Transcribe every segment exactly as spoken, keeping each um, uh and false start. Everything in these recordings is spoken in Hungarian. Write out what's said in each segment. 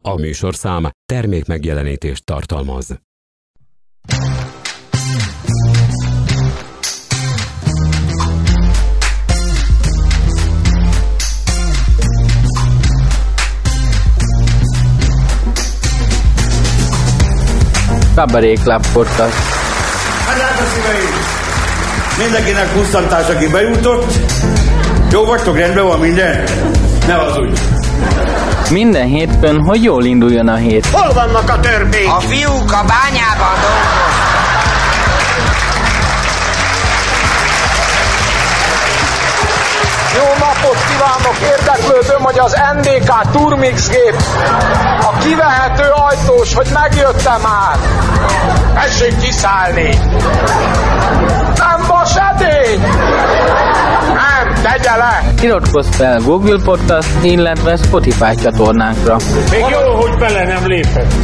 A műsorszám termékmegjelenítést tartalmaz. Cabaret Club Podcast. Hát a szíveim! Mindenkinek pusztantás, aki bejutott. Jó vagytok, rendben van minden? Ne hazudj! Minden hétfőn, hogy jól induljon a hét. Hol vannak a törpék? A fiúk a bányában dolgoznak. Jó napot kívánok! Érdeklődöm, hogy az en dé ká Turmix gép, a kivehető ajtós, hogy megjött-e már? Tessék kiszállni! Nem vas edény! Nem, tegye le! Iratkozz fel Google Podcast, illetve Spotify csatornánkra. Még jó, hogy bele nem lépett.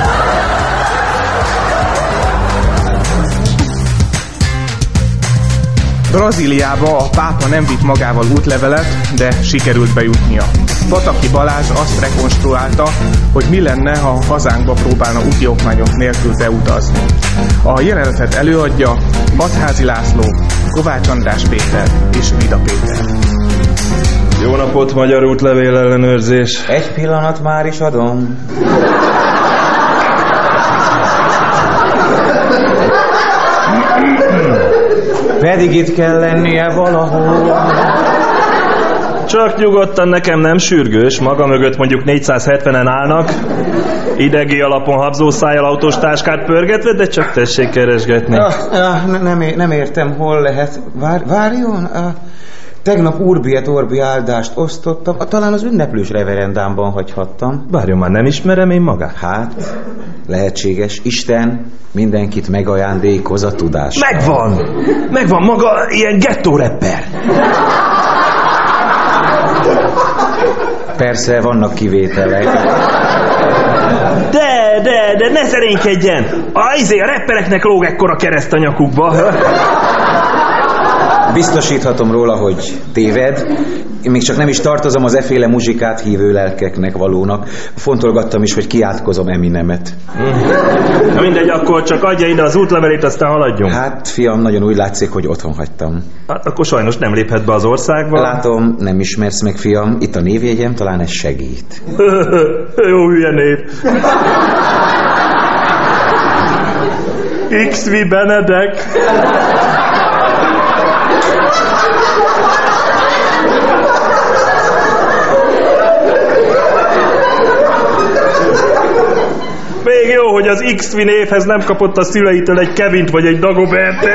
Brazíliába a pápa nem vitt magával útlevelet, de sikerült bejutnia. Pataki Balázs azt rekonstruálta, hogy mi lenne, ha hazánkba próbálna úti okmányok nélkül beutazni. A jelenetet előadja Hatházi László, Kovács András Péter és Vida Péter. Jó napot, magyar útlevél ellenőrzés. Egy pillanat, már is adom. Pedig itt kell lennie valahol. Csak nyugodtan, nekem nem sürgős, maga mögött mondjuk négyszázhetvenen állnak, idegi alapon habzószájjal autós táskát pörgetve, de csak tessék keresgetni. Ah, ah, nem, nem értem, hol lehet. Vár, várjon? Ah, tegnap Urbi et Orbi áldást osztottam, talán az ünneplős reverendámban hagyhattam. Várjon már, nem ismerem én magát? Hát, lehetséges. Isten mindenkit megajándékoz a tudás. Megvan! Megvan maga ilyen gettó rapper. Persze, vannak kivételek. De, de, de ne szerénykedjen! A, izé, a rappereknek lóg ekkora kereszt a nyakukba. Biztosíthatom róla, hogy téved. Én még csak nem is tartozom az efféle muzsikát hívő lelkeknek valónak. Fontolgattam is, hogy kiátkozom Eminemet. Mm. Na mindegy, akkor csak adja ide az útlevelét, aztán haladjunk. Hát, fiam, nagyon úgy látszik, hogy otthon hagytam. Hát akkor sajnos nem léphet be az országba. Látom, nem ismersz meg, fiam. Itt a névjegyem, talán ez segít. Jó hülye név. iksz vé Benedek. Még jó, hogy az iksz vé névhez nem kapott a szüleitől egy Kevint vagy egy Dagobertet.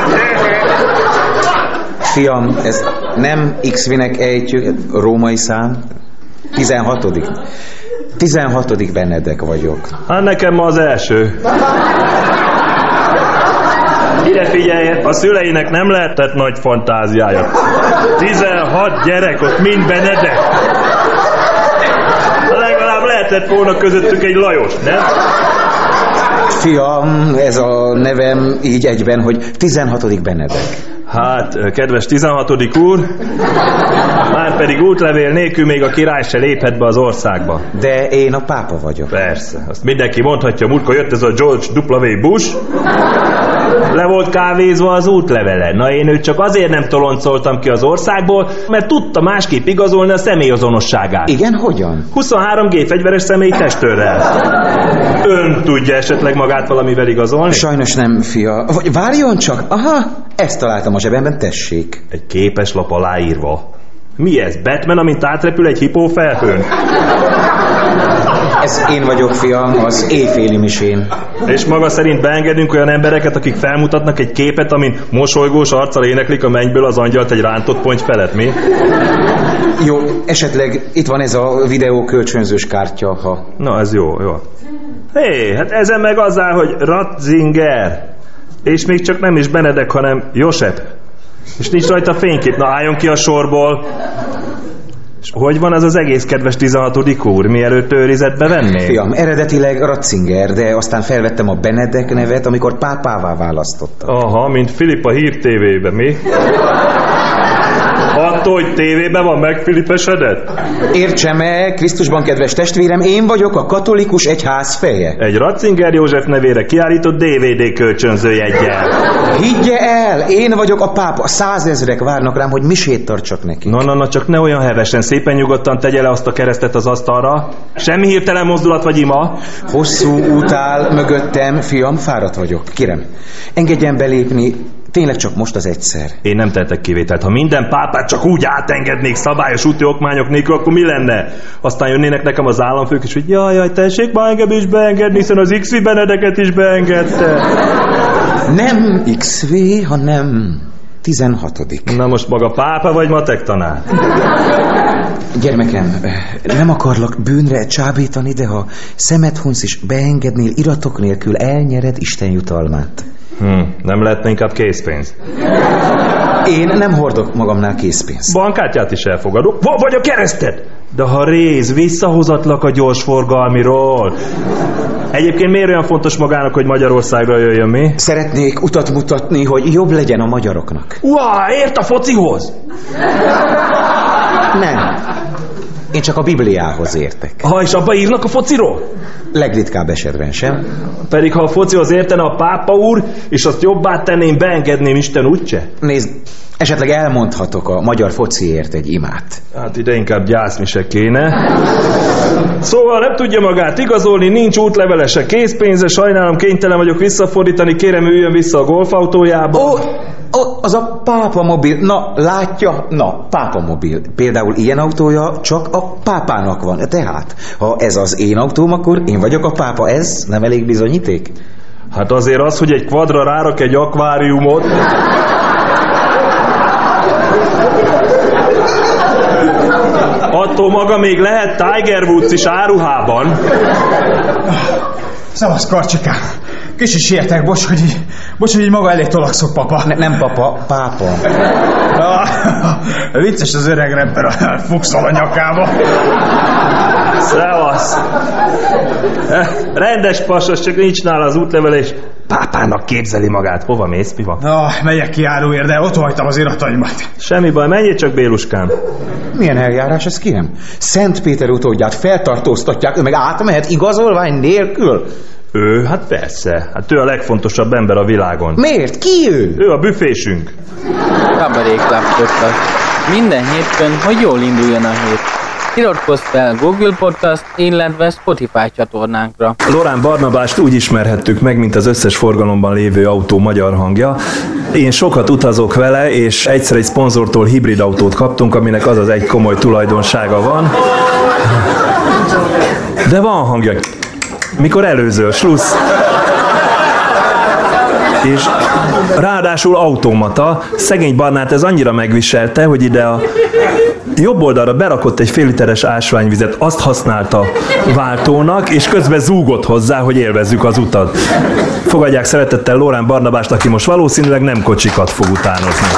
Fiam, ez nem iksz vé-nek ejtjük, római szám. tizenhatodik tizenhatodik Benedek vagyok. Hát nekem ma az első. Ide figyelj, a szüleinek nem lehetett nagy fantáziája. tizenhat gyerek, ott mind Benedek. Legalább lehetett volna közöttük egy Lajos, nem? Fiam, ez a nevem így egyben, hogy tizenhatodik Benedek. Hát, kedves tizenhatodik úr, már pedig útlevél nélkül még a király se léphet be az országba. De én a pápa vagyok. Persze, azt mindenki mondhatja, múltkor jött ez a George W. Bush, le volt kávézva az útlevele. Na én őt csak azért nem toloncoltam ki az országból, mert tudta másképp igazolni a személyazonosságát. Igen, hogyan? huszonhárom gé fegyveres személyi testőrrel. Ön tudja esetleg magát valamivel igazolni? Sajnos nem, fia. Vagy várjon csak, aha, ezt találtam a zsebemben, tessék. Egy képeslap aláírva. Mi ez? Batman, amint átrepül egy hipófelhőn? Ez én vagyok, fiam, az éjféli misén. És maga szerint beengedünk olyan embereket, akik felmutatnak egy képet, amin mosolygós arccal éneklik a mennyből az angyalt egy rántott ponty felett, mi? Jó, esetleg itt van ez a videó kölcsönzős kártya, ha... Na, ez jó, jó. Hé, hát ezen meg az áll, hogy Ratzinger. És még csak nem is Benedek, hanem Josep. És nincs rajta fénykép. Na, álljon ki a sorból. És hogy van ez az egész, kedves tizenhatodik úr? Mielőtt őrizetbe venné? Fiam, eredetileg Ratzinger, de aztán felvettem a Benedek nevet, amikor pápává választottam. Aha, mint Filip a Hír té vében, mi? Attól, hogy tévében van megfilipesedett? Értse meg, Krisztusban kedves testvérem, én vagyok a katolikus egyház feje. Egy Ratzinger József nevére kiállított dé vé dé kölcsönzőjeggyel. Higgye el, én vagyok a pápa, százezrek várnak rám, hogy misét tartsak neki. Na, na, na, csak ne olyan hevesen, szépen nyugodtan tegye le azt a keresztet az asztalra. Semmi hirtelen mozdulat vagy ima. Hosszú út áll mögöttem, fiam, fáradt vagyok. Kérem, engedjen belépni, tényleg csak most az egyszer. Én nem tehetek kivételt. Ha minden pápát csak úgy átengednék szabályos úti okmányok nélkül, akkor mi lenne? Aztán jönnének nekem az államfők, és hogy jaj, jaj, tessék már engem is beengedni, hiszen az iksz vé Benedeket is beengedte. Nem iksz vé, hanem tizenhatodik. Na most maga pápa vagy matek tanár? Gyermekem, nem akarlak bűnre csábítani, de ha szemet hunsz is beengednél, iratok nélkül elnyered Isten jutalmát. Hm, nem lehetne inkább készpénz? Én nem hordok magamnál készpénzt. Bankkártyát is elfogadok, v- vagy a keresztet! De ha réz, visszahozatlak a gyorsforgalmiról. Egyébként miért olyan fontos magának, hogy Magyarországra jöjjön, mi? Szeretnék utat mutatni, hogy jobb legyen a magyaroknak. Uá, ért a focihoz? Nem. Én csak a Bibliához értek. Ha, és abba írnak a fociról? Legritkább esetben sem. Pedig ha a focihoz értene a pápa úr, és azt jobbá tenném, beengedném Isten útse? Nézd, esetleg elmondhatok a magyar fociért egy imát. Hát ide inkább gyászmise kéne. Szóval nem tudja magát igazolni, nincs útlevele se készpénze, sajnálom, kénytelen vagyok visszafordítani, kérem üljön vissza a golfautójába. Ó, ó, az a pápa mobil. Na, látja? Na, pápa mobil. Például ilyen autója csak a pápának van. Tehát, ha ez az én autóm, akkor én vagyok a pápa. Ez nem elég bizonyíték? Hát azért az, hogy egy kvadra rárak egy akváriumot... Attól maga még lehet Tiger Woods is áruhában. Szavasz, Karcsikám. Kicsit sietek, bocs, hogy így, bocs, hogy így maga elé tolakszok, papa. Ne, nem papa, pápa. Ah, vicces az öreg rapper, fukszol a nyakába. Szevasz. Rendes pasas, csak nincs nála az útlevele, és pápának képzeli magát. Hova mész, mi van? Ah, megyek ki járóért, de ott hagytam az irataimat. Semmi baj, menjél csak, Béluskám. Milyen eljárás ez, kérem? Szent Péter utódját feltartóztatják, ő meg átmehet igazolvány nélkül? Ő? Hát persze. Hát ő a legfontosabb ember a világon. Miért? Ki ő? Ő a büfésünk. Kabarék lapköttek. Minden hétfőn, hogy jól induljon a hét. Iratkozz fel Google Podcast, illetve Spotify csatornánkra. Lorán Barnabást úgy ismerhettük meg, mint az összes forgalomban lévő autó magyar hangja. Én sokat utazok vele, és egyszer egy szponzortól hibrid autót kaptunk, aminek az az egy komoly tulajdonsága van. De van hangja. Mikor előzöl, slussz. És ráadásul automata, szegény Barnát ez annyira megviselte, hogy ide a jobb oldalra berakott egy fél literes ásványvizet, azt használta váltónak, és közben zúgott hozzá, hogy élvezzük az utat. Fogadják szeretettel Lorán Barnabást, aki most valószínűleg nem kocsikat fog utánozni.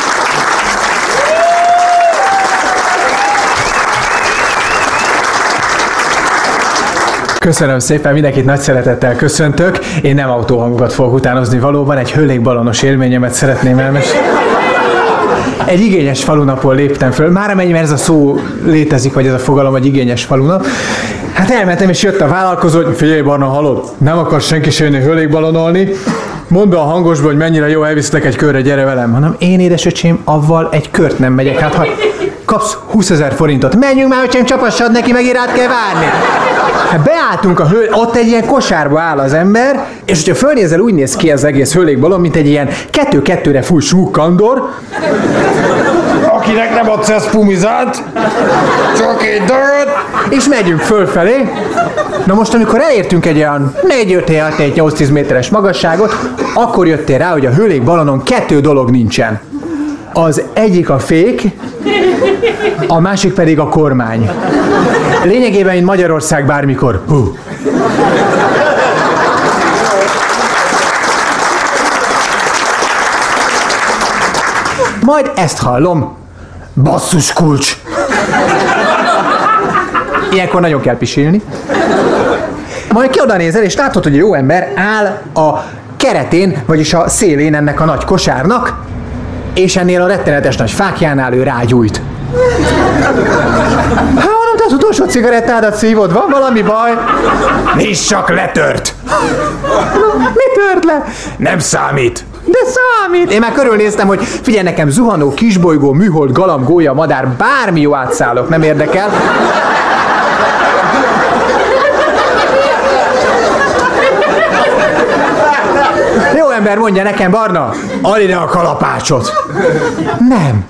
Köszönöm szépen, mindenkit nagy szeretettel köszöntök. Én nem autóhangokat fogok utánozni, valóban egy hőlégbalonos élményemet szeretném elmesélni. Egy igényes falunapon léptem föl, már amennyi, mert ez a szó létezik, vagy ez a fogalom, hogy igényes falunap. Hát elmentem, és jött a vállalkozó, hogy figyelj Barna, hallod, nem akar senki se jönni hőlégbalonolni, mondd be a hangosba, hogy mennyire jó, elviszlek egy körre, gyere velem. Hanem én, édesöcsém, avval egy kört nem megyek, hát ha kapsz húszezer forintot, menjünk már, öcsém, csapassad neki, megint rád kell várni. Hát beálltunk a hő, ott egy ilyen kosárba áll az ember, és hogyha fölnézel, úgy néz ki az egész hőlégbalon, mint egy ilyen kettő-kettőre fúj súkkandor, Akinek nem adsz ezt pumizát, csak egy darab, és megyünk fölfelé. Na most, amikor elértünk egy olyan négy-öt-hat-nyolc-tíz méteres magasságot, akkor jöttél rá, hogy a hőlégbalonon kettő dolog nincsen. Az egyik a fék, a másik pedig a kormány. Lényegében, mint Magyarország bármikor. Hú. Majd ezt hallom. Basszus kulcs. Ilyenkor nagyon kell pisilni. Majd ki oda nézel, és látod, hogy a jó ember áll a keretén, vagyis a szélén ennek a nagy kosárnak, és ennél a rettenetes nagy fákjánál ő rágyújt. Hát mondom, te az utolsó cigarettádat szívod, van valami baj? Nincs, csak letört. Mi tört le? Nem számít. De számít! Én már körülnéztem, hogy figyelj nekem, zuhanó, kisbolygó, műhold, galamb, gólya, madár, bármi jó átszállok, nem érdekel. Jó ember, mondja nekem, Barna, add ide a kalapácsot. Nem.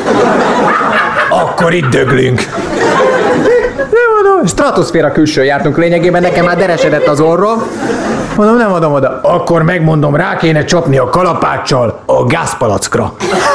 Akkor itt döglünk. Nem adom. Stratoszféra külső jártunk lényegében, nekem már deresedett az orrom. Mondom, nem adom oda. Akkor megmondom, rá kéne csapni a kalapáccsal a gázpalackra.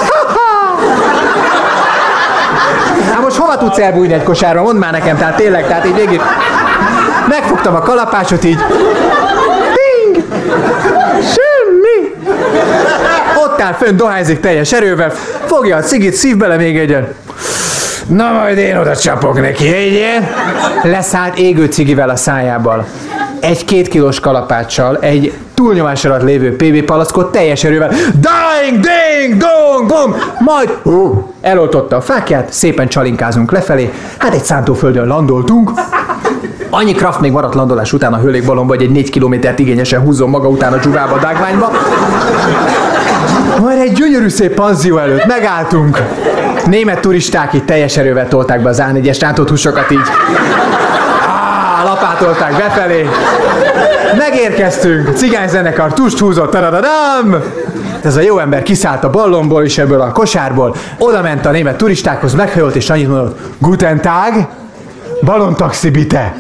Hát most hova tudsz elbújni egy kosárba? Mondd már nekem, tehát tényleg, tehát így végig. Megfogtam a kalapácsot így. Ting! Semmi! Ott áll fönn, dohányzik teljes erővel, fogja a cigit, szív bele még egyen. Na majd én oda csapok neki, egy ilyen. Leszállt égő cigivel a szájával. Egy két kilós kalapáccsal, egy túlnyomás alatt lévő pé vé palackot teljes erővel. Ding, ding, dong, bom! Majd uh, eloltotta a fákját, szépen csalinkázunk lefelé. Hát egy szántóföldön landoltunk. Annyi kraft még maradt landolás után a hőlékbalomba, hogy egy négy kilométert igényesen húzzon maga után a dzsugába, a dágványba. Majd egy gyönyörű szép panzió előtt megálltunk. Német turisták itt teljes erővel tolták be az á négyes rántott húsokat így. Á, lapátolták befelé. Megérkeztünk, cigányzenekar tust húzott, taradadam! Ez a jó ember kiszállt a ballonból és ebből a kosárból, oda ment a német turistákhoz, meghajolt és annyit mondott, Guten Tag, ballontaxi bitte.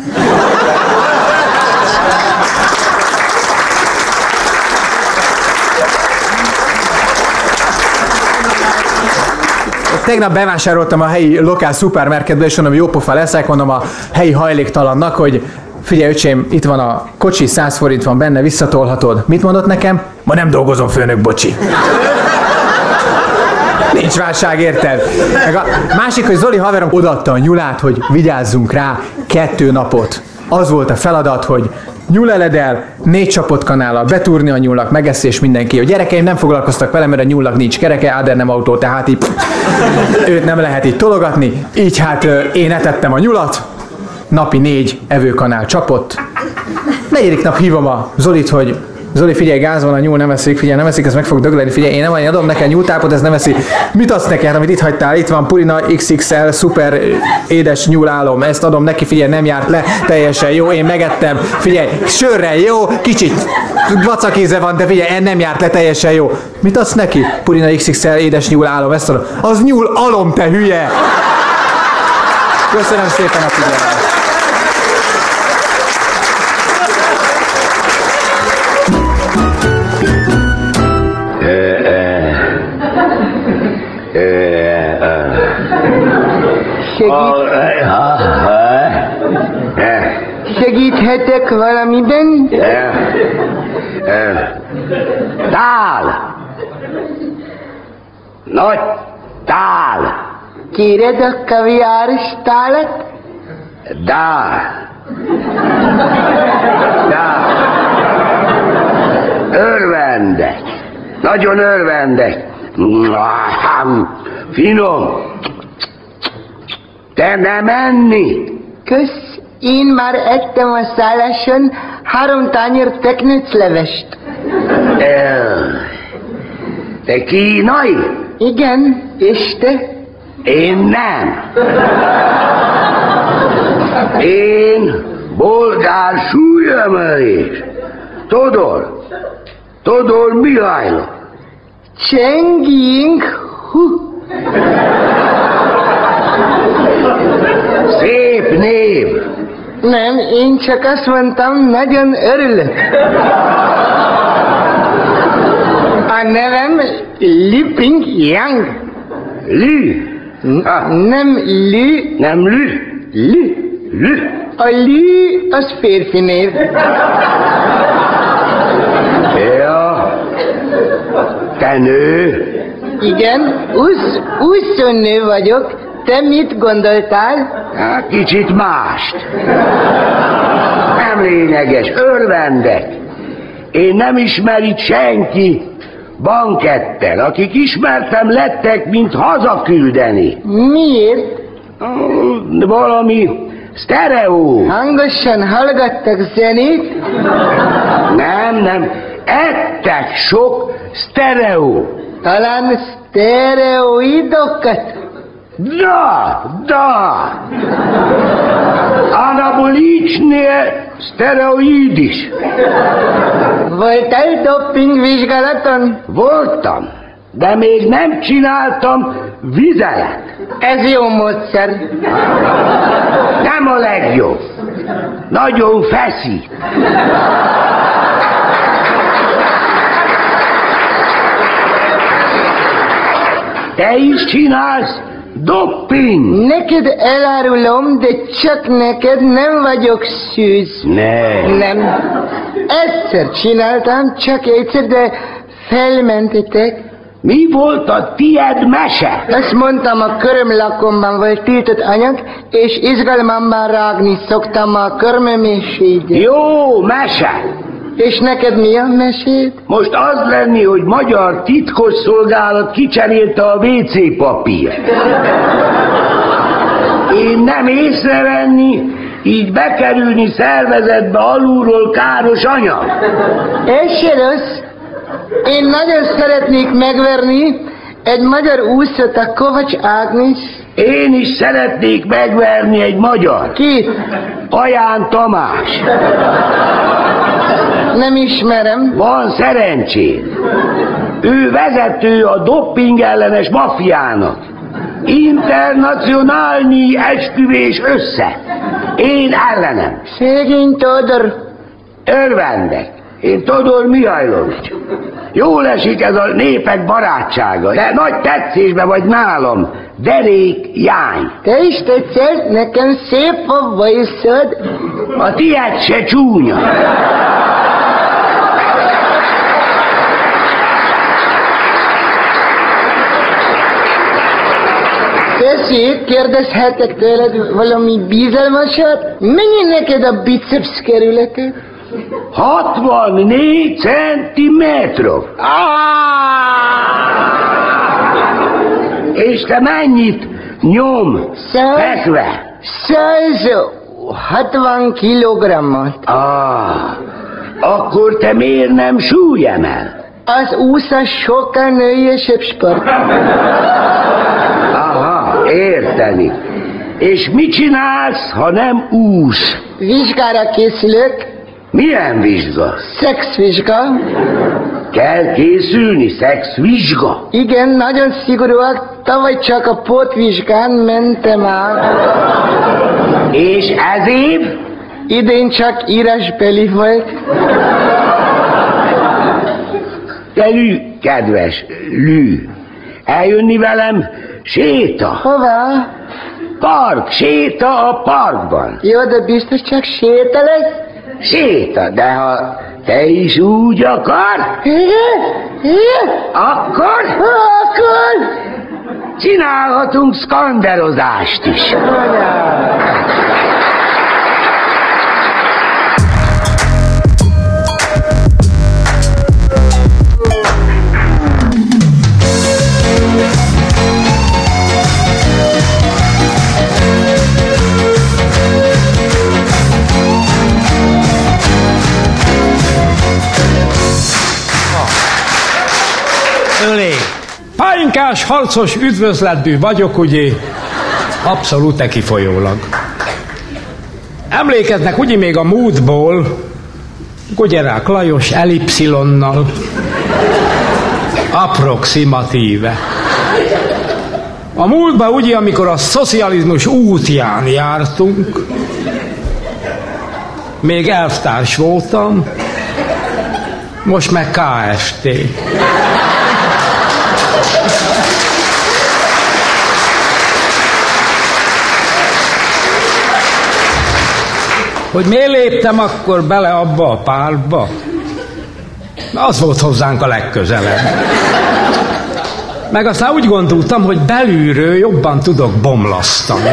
Tegnap bevásároltam a helyi lokál szupermarketbe, és mondom, jó pofa leszek, mondom a helyi hajléktalannak, hogy figyelj öcsém, itt van a kocsi, száz forint van benne, visszatolhatod. Mit mondott nekem? Ma nem dolgozom, főnök, bocsi. Nincs válság, érted? Meg a másik, hogy Zoli haverom odaadta a nyulát, hogy vigyázzunk rá kettő napot. Az volt a feladat, hogy nyuleledel, négy csapott kanállal, betúrni a nyulak, megeszés mindenki. A gyerekeim nem foglalkoztak vele, mert a nyulak nincs kereke, Áder nem autó, tehát így őt nem lehet így tologatni. Így hát én etettem a nyulat, napi négy evőkanál csapott. Negyedik nap hívom a Zolit, hogy Zoli, figyelj, gáz van, a nyúl nem eszik, figyelj, nem eszik, ez meg fog dögleni, figyelj, én nem én adom neked nyúltápot, ez nem eszik. Mit adsz neked, amit itt hagytál? Itt van Purina iksz iksz el, szuper édes nyúlálom, ezt adom neki, figyelj, nem járt le, teljesen jó, én megettem, figyelj, sörrel jó, kicsit vacakíze van, de figyelj, nem járt le, teljesen jó. Mit adsz neki? Purina iksz iksz el, édes nyúlálom, ezt adom. Az nyúl alom, te hülye! Köszönöm szépen a figyelmet! Segíthetek valamiben? Tál! Nagy tál! Kéred a kaviáros tálat? Dá! Dá! Örvendek! Nagyon örvendek! Finom! Te nem enni? Kösz, én már ettem a szálláson három tányér teknőclevest. Te kínai? Igen, és te? Én nem. Én bolgár súlyemelés. Todor. Todor Mihály. Csenging. Hú. Szép név. Nem, én csak azt mondtam, nagyon örülök. A nevem Liping Yang. Lü? Ah. Nem Lü. Nem Lü? Lü. Lü. A Lü az férfi név. Ja. Te nő? Igen, úsz, úszónő vagyok. Te mit gondoltál? Hát, kicsit mást. Nem lényeges, örvendek. Én nem ismer itt senki, Banketten, akik ismertem lettek, mint hazaküldeni. Miért? Valami sztereó. Hangosan hallgattak zenét? Nem, nem. Ettek sok sztereó. Talán sztereoidokat? Da, da. Anabolicsnél szteroid is. Voltál dopingvizsgálaton? Voltam, de még nem csináltam vizelet. Ez jó módszer. Nem a legjobb. Nagyon feszít. Te is csinálsz doping. Neked elárulom, de csak neked, nem vagyok szűz. Ne. Nem. Egyszer csináltam, csak egyszer, de felmentetek. Mi volt a tied mese? Azt mondtam, a körömlakomban volt tiltott anyag, és izgalmamban rágni szoktam a körmöméséget. Jó, mese. És neked mi a meséd? Most az lenni, hogy magyar titkosszolgálat kicserélte a vé cé papírt. Én nem észrevenni, így bekerülni szervezetbe alulról káros anyag. Ez se rossz. Én nagyon szeretnék megverni egy magyar úszót, a Kovács Ágnes. Én is szeretnék megverni egy magyar. Ki? Aján Tamás. Nem ismerem. Van szerencséd. Ő vezető a dopping ellenes mafiának. Internacionálni esküvés össze. Én ellenem. Szegény Todor. Örvendek. Én Todor Mihajlovics. Jól esik ez a népek barátsága, de nagy tetszésbe vagy nálam. Derék Jány. Te is tetszesz? Nekem szép a vajszod. A tiéd se csúnya. Tessék, kérdezhetek tőled valami bizalmasat? Mennyi neked a biceps kerületet? hatvannégy centiméterov. És te mennyit nyom fekve? száz hatvan kilogrammot. Ah, akkor te miért nem súlyemel? Az úszás sokkal nőiesebb sport. Aha, érteni. És mit csinálsz, ha nem úsz? Vizsgára készülök. Milyen vizsga? Szexvizsga. Kell készülni, szexvizsga? Igen, nagyon szigorúak. Tavaly csak a pótvizsgán mentem át. És ez év? Idén csak írásbeli volt. Te Lű, kedves Lű, eljönni velem séta? Hová? Park, séta a parkban. Jó, de biztos csak séta lesz? Séta, de ha te is úgy akar? Igen? Igen? Akkor? Akkor? Csinálhatunk szkanderozást is. Ölé. Pályinkás, harcos, üdvözletbű vagyok, ugye? Abszolút kifolyólag. Emlékeznek ugye még a múltból, Gogyerák Lajos elipszilonnal, approximatíve. A múltban ugye, amikor a szocializmus útján jártunk, még elvtárs voltam, most meg ká es té. Hogy miért léptem akkor bele abba a pártba? Az volt hozzánk a legközelebb. Meg aztán úgy gondoltam, hogy belülről jobban tudok bomlasztani.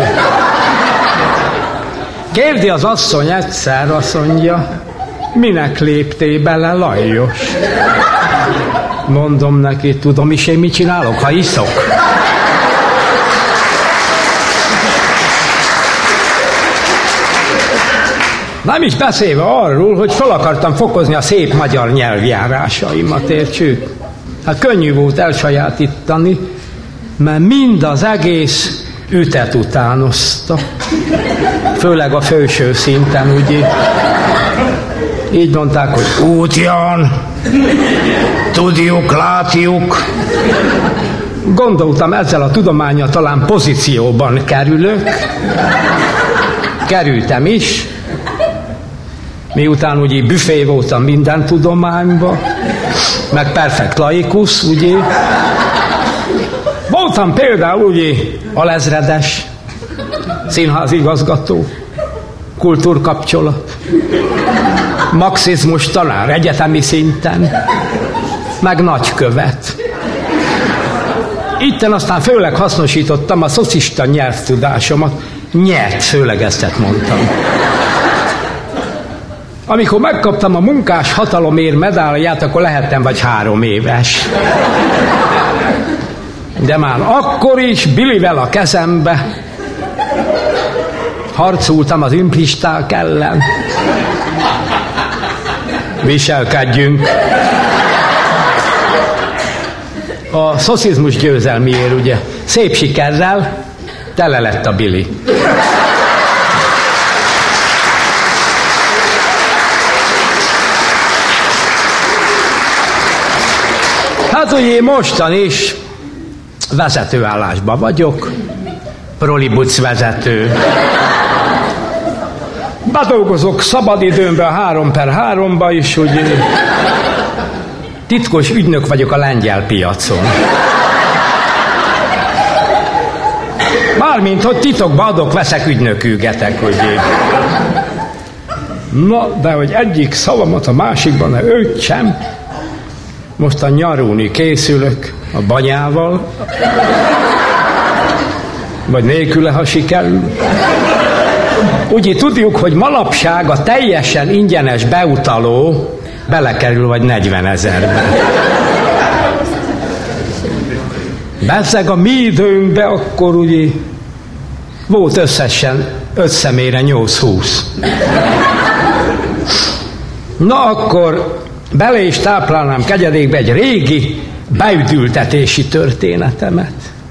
Kérdi az asszony egyszer, azt mondja, minek léptél bele, Lajos? Mondom neki, tudom is én mit csinálok, ha iszok. Nem is beszélve arról, hogy fel akartam fokozni a szép magyar nyelvjárásaimat, értsük? Hát könnyű volt elsajátítani, mert mind az egész ütet utánozta. Főleg a felső szinten, ugye. Így mondták, hogy útjan, tudjuk, látjuk. Gondoltam, ezzel a tudománnyal talán pozícióban kerülök. Kerültem is. Miután ugye büfé voltam minden tudományban, meg perfekt laikus, ugye. Voltam például ugye alezredes, színházigazgató, kultúrkapcsolat, marxizmus tanár egyetemi szinten, meg nagykövet. Itten aztán főleg hasznosítottam a szocista nyelvtudásomat, nyert, főleg ezt mondtam. Amikor megkaptam a munkás hatalomért medálját, akkor lehettem vagy három éves. De már akkor is bilivel a kezembe harcoltam az implisták ellen. Viselkedjünk. A szocizmus győzelmiért ugye szép sikerrel tele lett a bili. Hát ugye mostan is vezetőállásban vagyok, prolibuc vezető. Bedolgozok szabadidőmben a három per háromba is, ugye titkos ügynök vagyok a lengyel piacon. Mármint, hogy titokba adok-veszek, ügynökülgetek, ugye. Na, de hogy egyik szavamat a másikban ne ötsem, mostan nyarulni készülök a banyával, vagy nélküle, ha sikerül. Ugye tudjuk, hogy manapság a teljesen ingyenes beutaló belekerül vagy negyvenezerbe. Bezzeg a mi időnkbe akkor ugye volt összesen öt személyre nyolc-húsz. Na akkor bele is táplálnám kegyedékbe egy régi beüdültetési történetemet.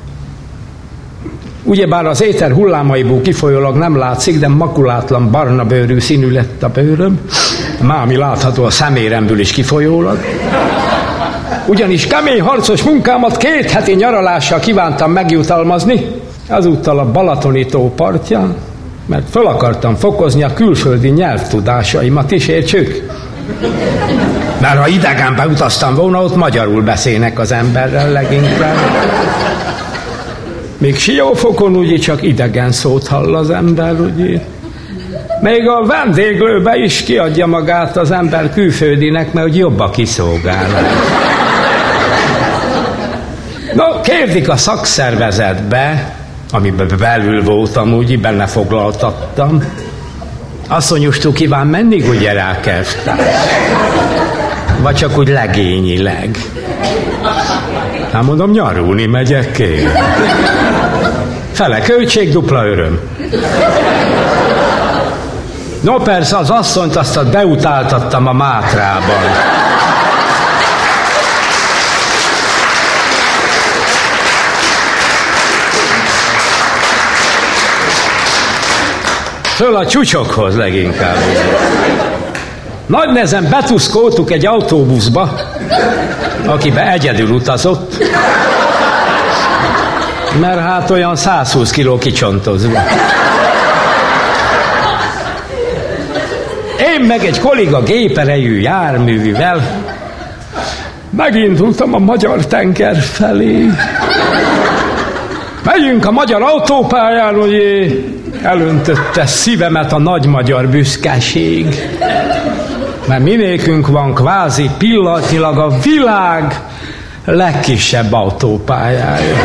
Ugyebár az éter hullámaiból kifolyólag nem látszik, de makulátlan barna bőrű színű lett a bőröm, mámi látható a szeméremből is kifolyólag. Ugyanis kemény harcos munkámat két heti nyaralással kívántam megjutalmazni, ezúttal a Balatoni tó partján, mert fel akartam fokozni a külföldi nyelvtudásaimat is, értsük? Mert ha idegenbe utaztam volna, ott magyarul beszélnek az emberrel leginkább. Még Siófokon ugye csak idegen szót hall az ember, ugye. Még a vendéglőbe is kiadja magát az ember külföldinek, mert hogy jobb a kiszolgálás. No, kérdik a szakszervezetbe, amiben belül voltam, úgy benne foglaltattam. Asszonyustól kíván menni, ugye rákertál? Vagy csak úgy legényileg? Hát mondom, nyarulni megyek én. Fele költség, dupla öröm. No persze, az asszonyt azt beutáltattam a Mátrában. Föl a csúcsokhoz leginkább. Nagy nehezen betuszkoltuk egy autóbuszba, akibe egyedül utazott, mert hát olyan százhúsz kiló kicsontozva. Én meg egy kolléga géperejű járművivel megindultam a magyar tenger felé. Megyünk a magyar autópályán, hogy elöntötte szívemet a nagy magyar büszkeség. Mert minékünk van kvázi pillanatnyilag a világ legkisebb autópályája.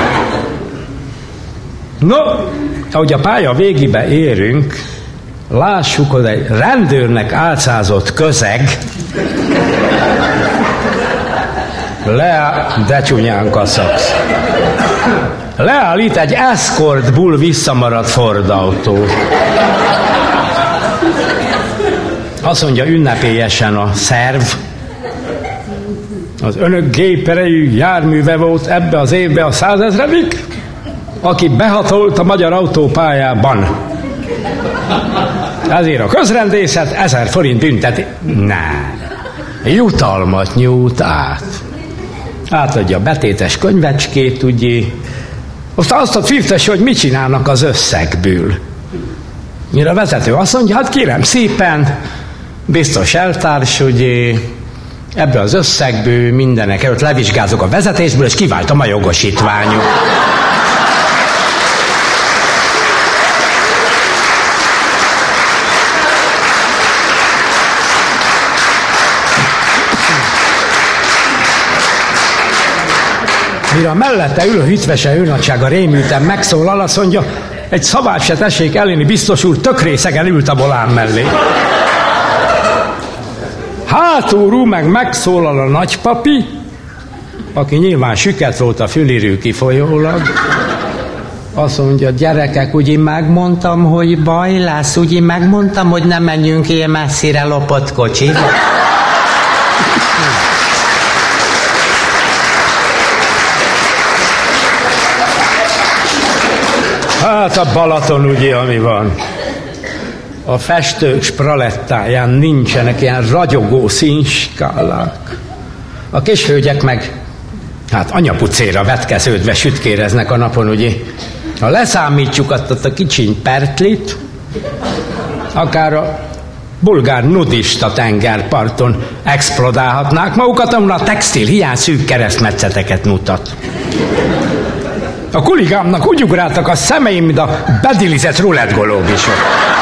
No, ahogy a pálya végébe érünk, lássuk, hogy egy rendőrnek álcázott közeg Leáll, de csúnyán kaszaksz. Leállít egy Escortból visszamaradt Ford autó. Azt mondja ünnepélyesen a szerv, az önök géperejű járműve volt ebbe az évbe a százezredik, aki behatolt a magyar autópályában. Ezért a közrendészet ezer forint bünteti. Nem. Jutalmat nyújt át. Átadja a betétes könyvecskét, ugye. Aztán azt a fiftesse, hogy mit csinálnak az összegből. Mire a vezető azt mondja, hát kérem szépen, biztos eltárs, hogy ebből az összegből mindenek előtt levizsgázok a vezetésből, és kiváltam a jogosítványot. Mire a mellette ülő hitvese őnagysága rémülten megszólal, azt mondja, egy szavát se tessék elérni, biztos úr, tök részegen ült a volán mellé. Hátulról meg megszólal a nagypapi, aki nyilván süket volt a fülirű kifolyólag. Azt mondja, gyerekek, ugye megmondtam, hogy baj lesz, ugye megmondtam, hogy nem menjünk ilyen messzire lopott kocsiba. Hát a Balaton ugye, ami van. A festők spralettáján nincsenek ilyen ragyogó színskálák. A kishölgyek meg, hát anyapucéra vetkeződve sütkéreznek a napon, ugye. Ha leszámítjuk azt a kicsiny pertlit, akár a bulgár nudista tengerparton explodálhatnák magukat, ahol a textil hiány szűk keresztmetszeteket mutat. A kuligámnak úgy ugráltak a szemeim, mint a bedilizett rulettgolóbisok.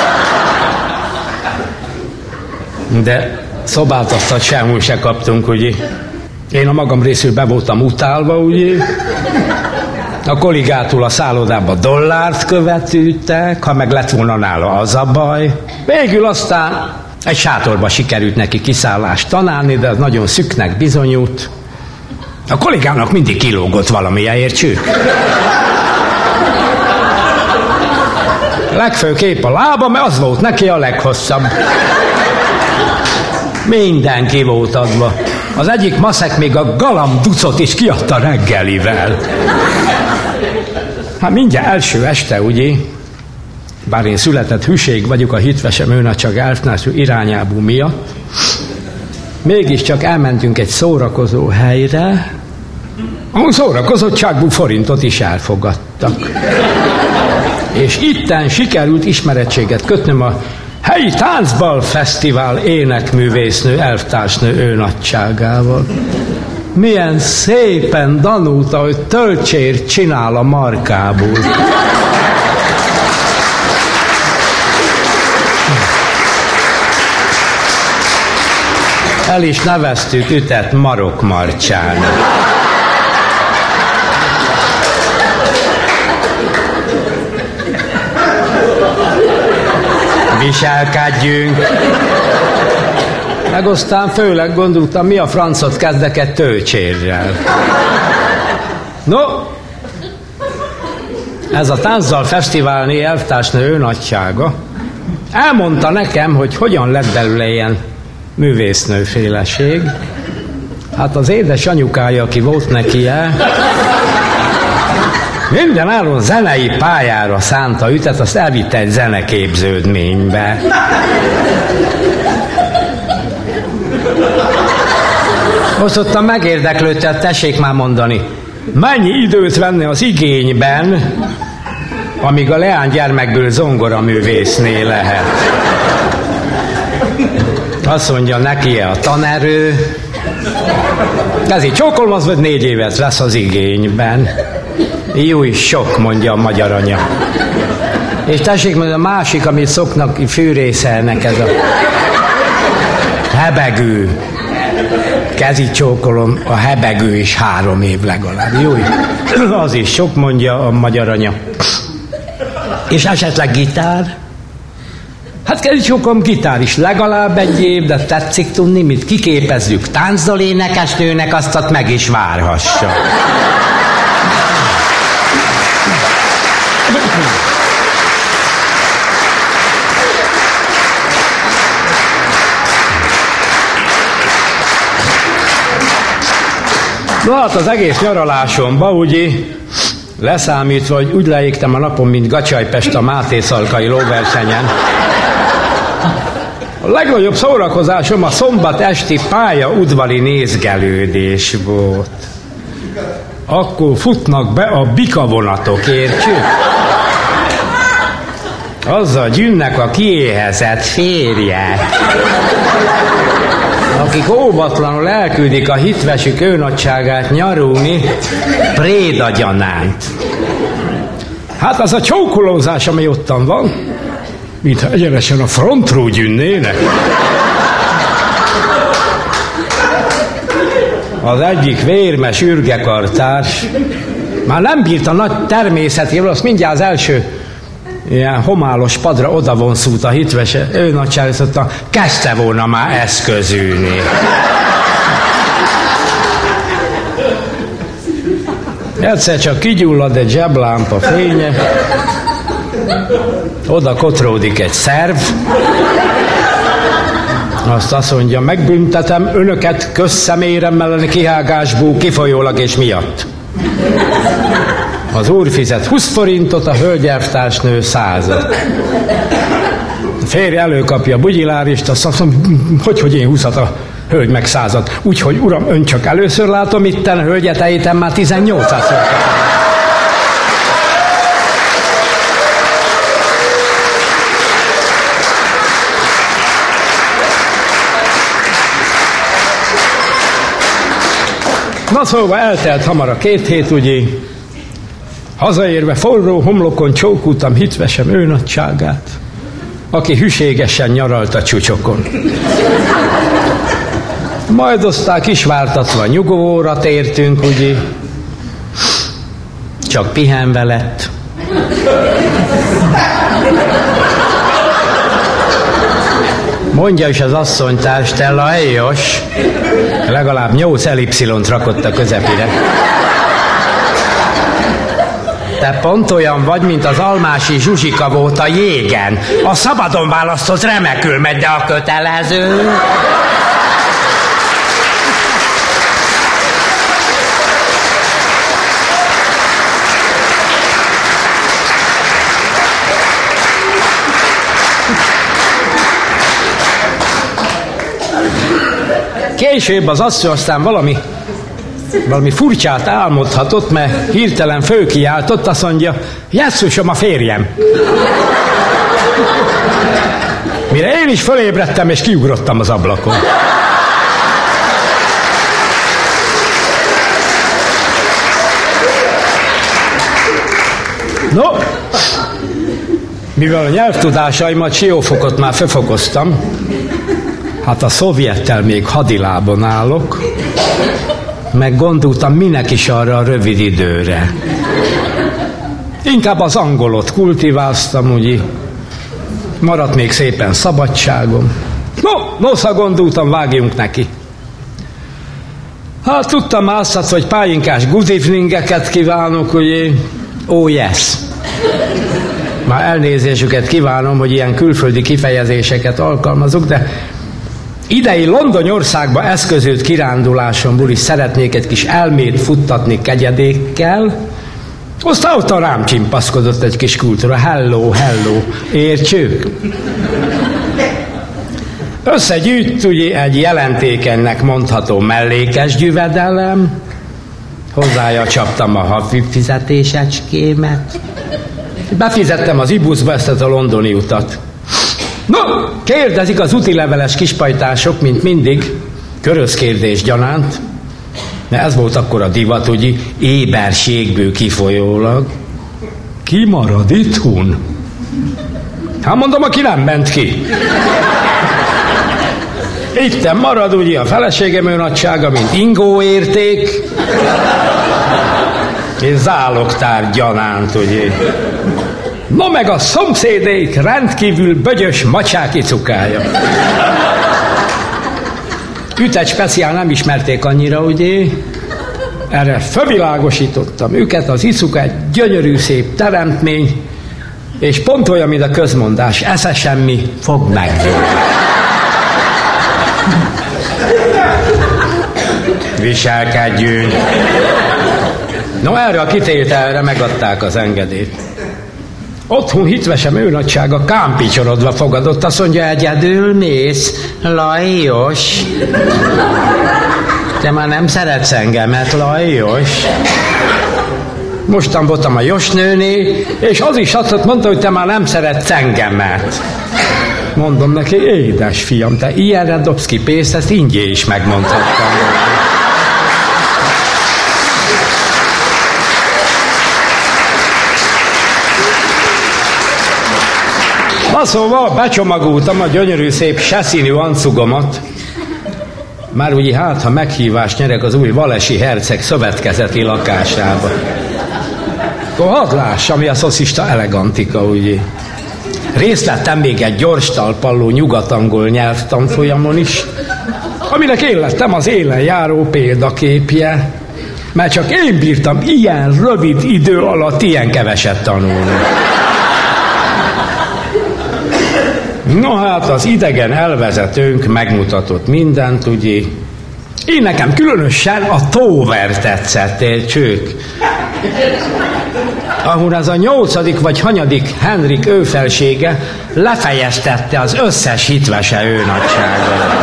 De szobáltattat semmúl se kaptunk, ugye. Én a magam részül be voltam utálva, ugye. A kollégától a szállodába dollárt követültek, ha meg lett volna nála, az a baj. Végül aztán egy sátorba sikerült neki kiszállást tanálni, de az nagyon szüknek bizonyult. A kollégának mindig kilógott valamilyen, értsük? Legfőképp a lába, mert az volt neki a leghosszabb. Mindenki volt adva. Az egyik maszek még a galamducot is kiadta reggelivel. Hát mindjárt első este, ugye? Bár én született hűség vagyok a hitvesem őnagyság elvtársú irányából miatt, mégiscsak elmentünk egy szórakozó helyre, ahol szórakozottságból forintot is elfogadtak. És itten sikerült ismerettséget kötnöm a helyi táncbal fesztivál énekművésznő, elvtársnő őnagyságával. Milyen szépen danulta, hogy töltsért csinál a markából. El is neveztük ütet marokmarcsának. Viselkedjünk! Meg aztán főleg gondoltam, mi a francot kezdek egy tölcsérrel. No, ez a Táncdal Fesztiválné elvtársnő őnagysága elmondta nekem, hogy hogyan lett belőle ilyen művésznőféleség. Hát az édes anyukája, aki volt neki-e, minden áron zenei pályára szánta ütet, azt elvitte egy zeneképződménybe. Most ottan megérdeklődte, tessék már mondani, mennyi időt venne az igényben, amíg a leánygyermekből zongoraművészné lehet. Azt mondja neki a tanerő, kezi csókolom, az vagy négy évet lesz az igényben. Jó is sok, mondja a magyar anya. És tessék mondani, a másik, amit szoknak fűrészelnek, ez a hebegő. Kezi csókolom, a hebegő is három év legalább. Jó, az is sok, mondja a magyar anya. És esetleg gitár? Hát Kericsókom gitár is legalább egy év, de tetszik tudni, mit kiképezzük táncdal énekesnőnek, aztat meg is várhassa. No hát az egész nyaralásomba, ugye, leszámítva, hogy úgy leégtem a napon, mint Gacsajpest a Máté Szalkai lóversenyen. A legnagyobb szórakozásom a szombat esti pálya udvari nézgelődés volt. Akkor futnak be a bikavonatok, értjük? Azzal gyűnnek a kiéhezett férjek, akik óvatlanul elküldik a hitvesük őnagyságát nyarulni Préda gyanánt. Hát az a csókolózás, ami ottan van, mintha egyenesen a frontról gyűnnének. Az egyik vérmes ürgekartárs már nem bírt a nagy természetével, azt mindjárt az első ilyen homálos padra odavonszult a hitvese, ő nagyság, mondta, kezdte volna már eszközülni. Egyszer csak kigyullad egy zseblámpa fénye, oda kotródik egy szerv, azt azt mondja, megbüntetem önöket közszemérem elleni kihágásból kifolyólag és miatt. Az úr fizet húsz forintot, a hölgyelvtársnő százat. A férj előkapja a bugyilárist, azt mondja, hogy, hogy én húszat, a hölgy meg százat. Úgyhogy uram, ön csak először látom itten, a hölgyet elítem már tizennyolcszor. Na szóval eltelt hamar a két hét, ugye, hazaérve forró homlokon csókultam hitvesem őnagyságát, aki hűségesen nyaralt a csúcsokon. Majd aztán kisvártatva nyugovóra tértünk, ugye, csak pihenve lett. Mondja is az asszonytárs, te lajos, legalább nyolc elipszilont rakott a közepére. Te pont olyan vagy, mint az Almási Zsuzsika volt a jégen. A szabadon választott remekül megy, de a kötelező... Később az asszony aztán valami, valami furcsát álmodhatott, mert hirtelen fölkiáltott, azt mondja, jesszusom, a férjem. Mire én is fölébredtem, és kiugrottam az ablakon. No, mivel a nyelvtudásaimat siófokot már fölfokoztam, hát a szovjettel még hadilábon állok, meg gondoltam, minek is arra a rövid időre. Inkább az angolot kultiváltam, ugye. Maradt még szépen szabadságom. No, nosza gondoltam, vágjunk neki. Hát tudtam azt, hogy pálinkás good eveningeket kívánok, ugye. Oh yes. Már elnézésüket kívánom, hogy ilyen külföldi kifejezéseket alkalmazok, de idei Londonországba eszközült kirándulásomból is szeretnék egy kis elmét futtatni kegyedékkel. Aztán ott rám csimpaszkodott egy kis kultúra. Hello, hello, értsük? Összegyűjt ugye egy jelentékenynek mondható mellékes gyüvedelem, hozzája csaptam a havi fizetésecskémet, befizettem az ibuszba ezt a londoni utat. No, kérdezik az útileveles kispajtások, mint mindig, körözkérdés gyanánt, mert ez volt akkor a divat, ugye, éberségből kifolyólag. Ki marad itthon? Hát mondom, aki nem ment ki. Itten marad ugye a feleségem őnagysága, mint ingó érték, és zálogtár gyanánt, ugye. No meg a szomszédék rendkívül bögyös macsák cukája. Ütet speciál nem ismerték annyira, ugye? Erre fölvilágosítottam őket, az icuka egy gyönyörű szép teremtmény, és pont olyan, mint a közmondás, esze semmi, fog meg. Viselkedjünk. No, erre a kitételre megadták az engedélyt. Otthon hitvesem őnagysága kámpicsorodva fogadott, azt mondja, egyedül mész, Lajos. Te már nem szeretsz engemet, Lajos. Mostan voltam a Josnőné, és az is azt mondta, hogy te már nem szeretsz engemet. Mondom neki, édes fiam, te ilyenre dobsz ki pénzt, ezt ingyé is megmondhattam. Na szóval becsomagoltam a gyönyörű szép seszínű ancugomat, már ugye hát, ha meghívást nyerek az új valesi herceg szövetkezeti lakásába. Akkor hadd lássam, mi a szoszista elegantika, ugye. Részt vettem még egy gyors talpalló nyugat-angol nyelvtanfolyamon is, aminek én lettem az élen járó példaképje, mert csak én bírtam ilyen rövid idő alatt ilyen keveset tanulni. No hát az idegen elvezetőnk megmutatott mindent, ugye. Én nekem különösen a Tóver tetszett, értsük. Ahol az a nyolcadik vagy hanyadik Henrik őfelsége lefejeztette az összes hitvese őnagyságot.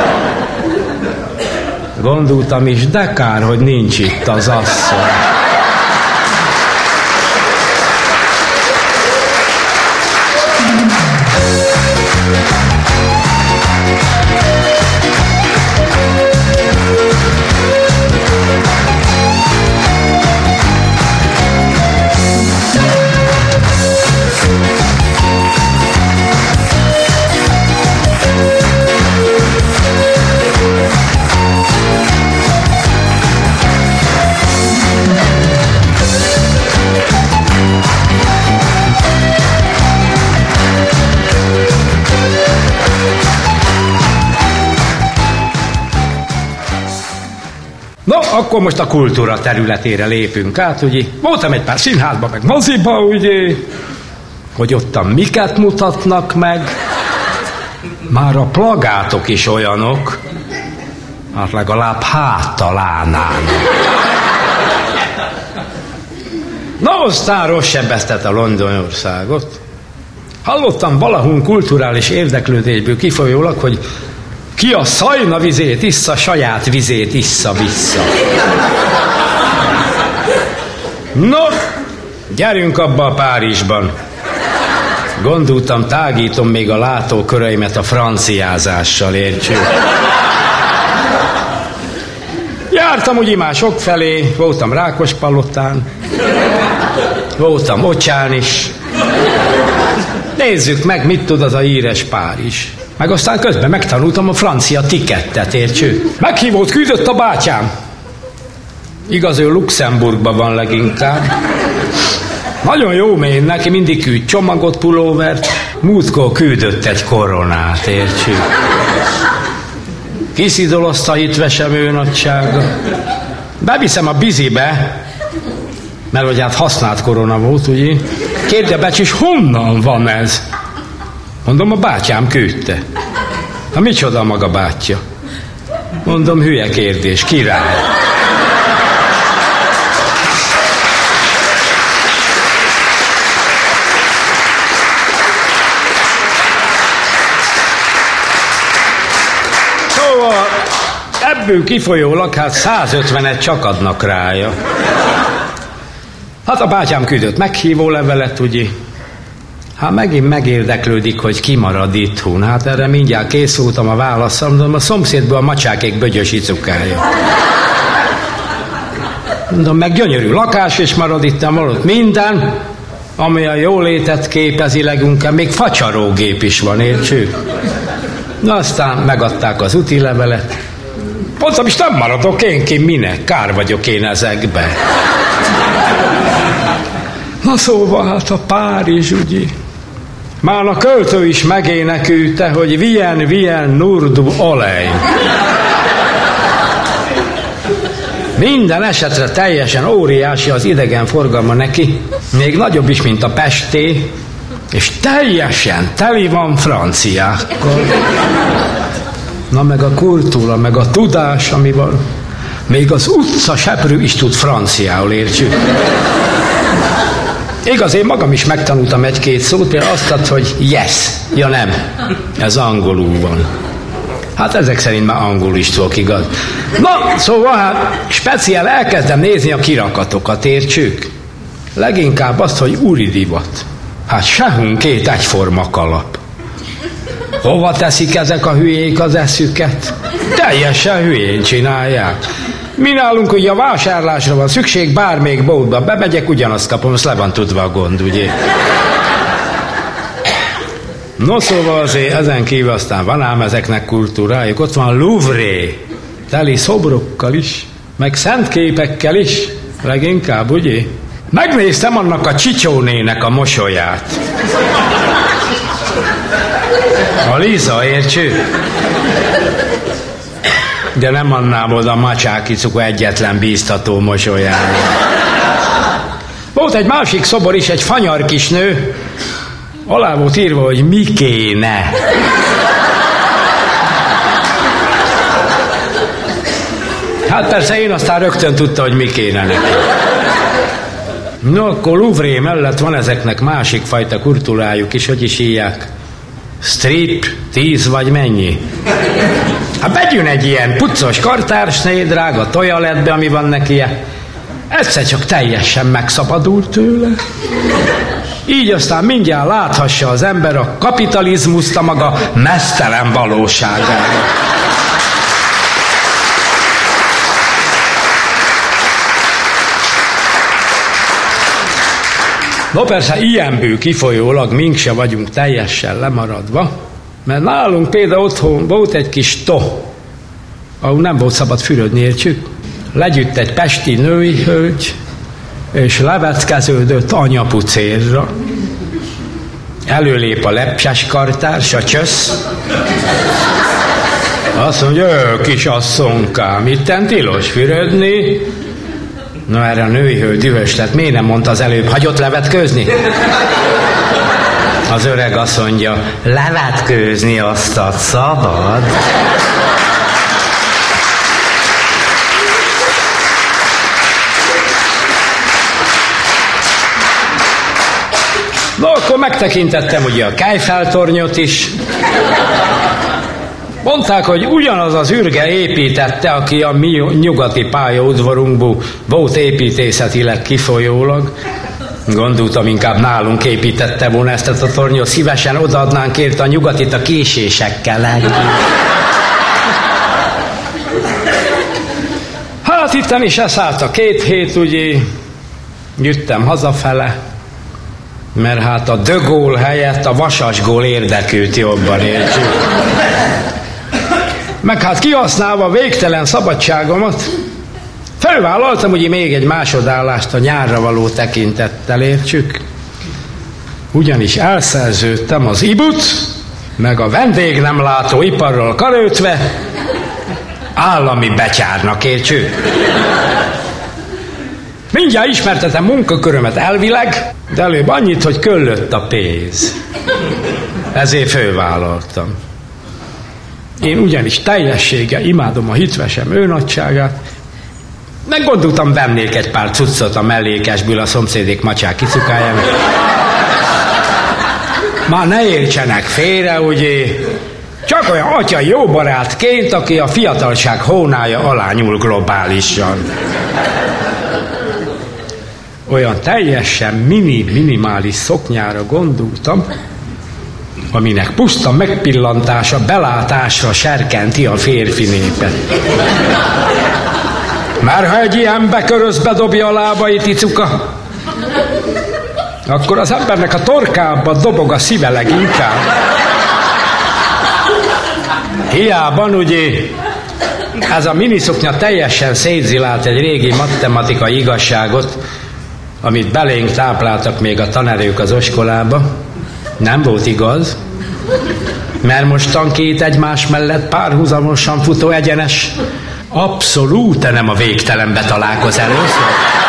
Gondoltam is, de kár, hogy nincs itt az asszony. No, akkor most a kultúra területére lépünk át, ugye. Voltam egy pár színházba, meg moziba, ugye. Hogy ottan miket mutatnak meg. Már a plagátok is olyanok, hát legalább háttalálnának. Na, aztán rossz sebeztet a Londonországot. Hallottam valahol kulturális érdeklődésből kifolyólag, hogy ki a szajna vizét issza, saját vizét issza vissza. No, gyerünk abba a Párizsban. Gondoltam, tágítom még a látóköreimet a franciázással, értsük. Jártam úgy már sok felé, voltam Rákospalotán, voltam Ocsán is. Nézzük meg, mit tud az a híres Párizs. Meg aztán közben megtanultam a francia tikettet, értsük. Meghívót küldött a bátyám. Igaz, ő Luxemburgban van leginkább. Nagyon jó mén, neki mindig küld csomagot, pulóvert. Múltkor küldött egy koronát, értsük. Kiszidolozta hitvesem őnagysága. Beviszem a bizibe, mert hogy hát használt korona volt, ugye? Kérde becsis, honnan van ez? Mondom, a bátyám küldte. Na micsoda maga bátyja? Mondom, hülye kérdés, király. Szóval ebből kifolyólag hát százötvenet csak adnak rája. Hát a bátyám küldött meghívó levelet, ugye? Hát megint megérdeklődik, hogy ki marad itthon. Hát erre mindjárt készültem a válaszra, mondom, a szomszédból a macsákék bögyös icukája. Mondom, meg gyönyörű lakás is marad itt, marad minden, ami a jólétet képezi leginkább, még facsarógép is van, értsük? Na aztán megadták az úti levelet. Mondtam, is nem maradok én ki, minek? Kár vagyok én ezekbe. Na szóval hát a Párizs, ugye? Már a költő is megénekülte, hogy vien, vien, nurdu olej. Minden esetre teljesen óriási az idegenforgalma neki, még nagyobb is, mint a Pesté, és teljesen teli van franciákkal. Na meg a kultúra, meg a tudás, ami van. Még az utca seprű is tud franciául, értsük. Igaz, én magam is megtanultam egy-két szót, például azt ad, hogy yes, ja nem, ez angolul van. Hát ezek szerint már angolul is tudok, igaz. Na, szóval hát speciál elkezdem nézni a kirakatokat, értsük? Leginkább azt, hogy úri divat. Hát sehun két egyforma kalap. Hova teszik ezek a hülyék az eszüket? Teljesen hülyén csinálják. Mi nálunk ugye a vásárlásra van szükség, bármelyik boltba bemegyek, ugyanazt kapom, azt le van tudva a gond, ugye? No szóval azért ezen kívül aztán van ám ezeknek kultúrájuk. Ott van Louvre, teli szobrokkal is, meg szent képekkel is, leginkább, ugye? Megnéztem annak a Csicsónének a mosolyát. A Liza, értsük? De nem annál oda Macsáki Cuka egyetlen bíztató mosolyára. Volt egy másik szobor is, egy fanyar kis nő, alá volt írva, hogy mi kéne. Hát persze én aztán rögtön tudta, hogy mi kéne neki. No, akkor Louvre mellett van ezeknek másik fajta kultúrájuk is, hogy is hívják. Strip, tíz vagy mennyi? Hát begyűn egy ilyen puccos kartársné, drága tojaletbe, ami van neki. Egyszer csak teljesen megszabadult tőle. Így aztán mindjárt láthassa az ember a kapitalizmust a maga meztelen valóságára. No persze, ilyenből kifolyólag mink se vagyunk teljesen lemaradva, mert nálunk például otthon volt egy kis to, ahol nem volt szabad fürödni, értsük. Legyütt egy pesti női hölgy, és levetkeződött anyapucérra. Előlép a lepses kartárs, a csösz. Azt mondja, ő kisasszonykám, itten tilos fürödni. Na erre a női hölgy dühös lett, miért nem mondta az előbb, hagyott levetkőzni? Az öreg azt mondja, levetkőzni azt a szabad. No, akkor megtekintettem ugye a Kejfel-tornyot is. Mondták, hogy ugyanaz az ürge építette, aki a mi nyugati pályaudvarunkból volt építészetileg kifolyólag. Gondoltam, inkább nálunk építette volna ezt a tornyot, szívesen odaadnánk érte a nyugatit a késésekkel. Hát itten is elszállt a két hét, ugye, jöttem hazafele, mert hát a De Gaulle helyett a Vasasgól érdekült jobban, értsük. Meg hát kihasználva végtelen szabadságomat, felvállaltam ugye még egy másodállást a nyárra való tekintettel, értsük. Ugyanis elszerződtem az i bé u t, meg a vendégnemlátó iparral karöltve állami betyárnak, értsük. Mindjárt ismertetem munkakörömet elvileg, de előbb annyit, hogy köllött a pénz. Ezért fölvállaltam. Én ugyanis teljességgel imádom a hitvesem őnagyságát, meg gondoltam, vennék egy pár cuccot a mellékesből a szomszédék Macsáki Cukáján. Már ne értsenek félre, ugye, csak olyan atya jó barátként, aki a fiatalság hónálya alá nyúl globálisan. Olyan teljesen mini, minimális szoknyára gondoltam, aminek puszta megpillantása, belátásra serkenti a férfi népet. Már ha egy ilyen bekörözbe dobja a lábait, icuka, akkor az embernek a torkába dobog a szíve leginkább. Hiába, ugye, ez a miniszoknya teljesen szétzilált egy régi matematikai igazságot, amit belénk tápláltak még a tanerők az iskolába, nem volt igaz, mert mostan két egymás mellett párhuzamosan futó egyenes abszolút nem a végtelenbe találkoz először.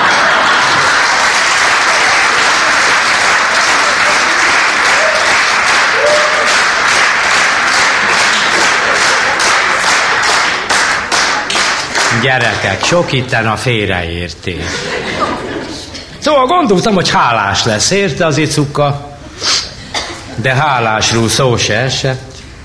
Gyerekek, sok itten a félreértés. Szóval gondoltam, hogy hálás lesz, érte az icuka, de hálásról szó se esett.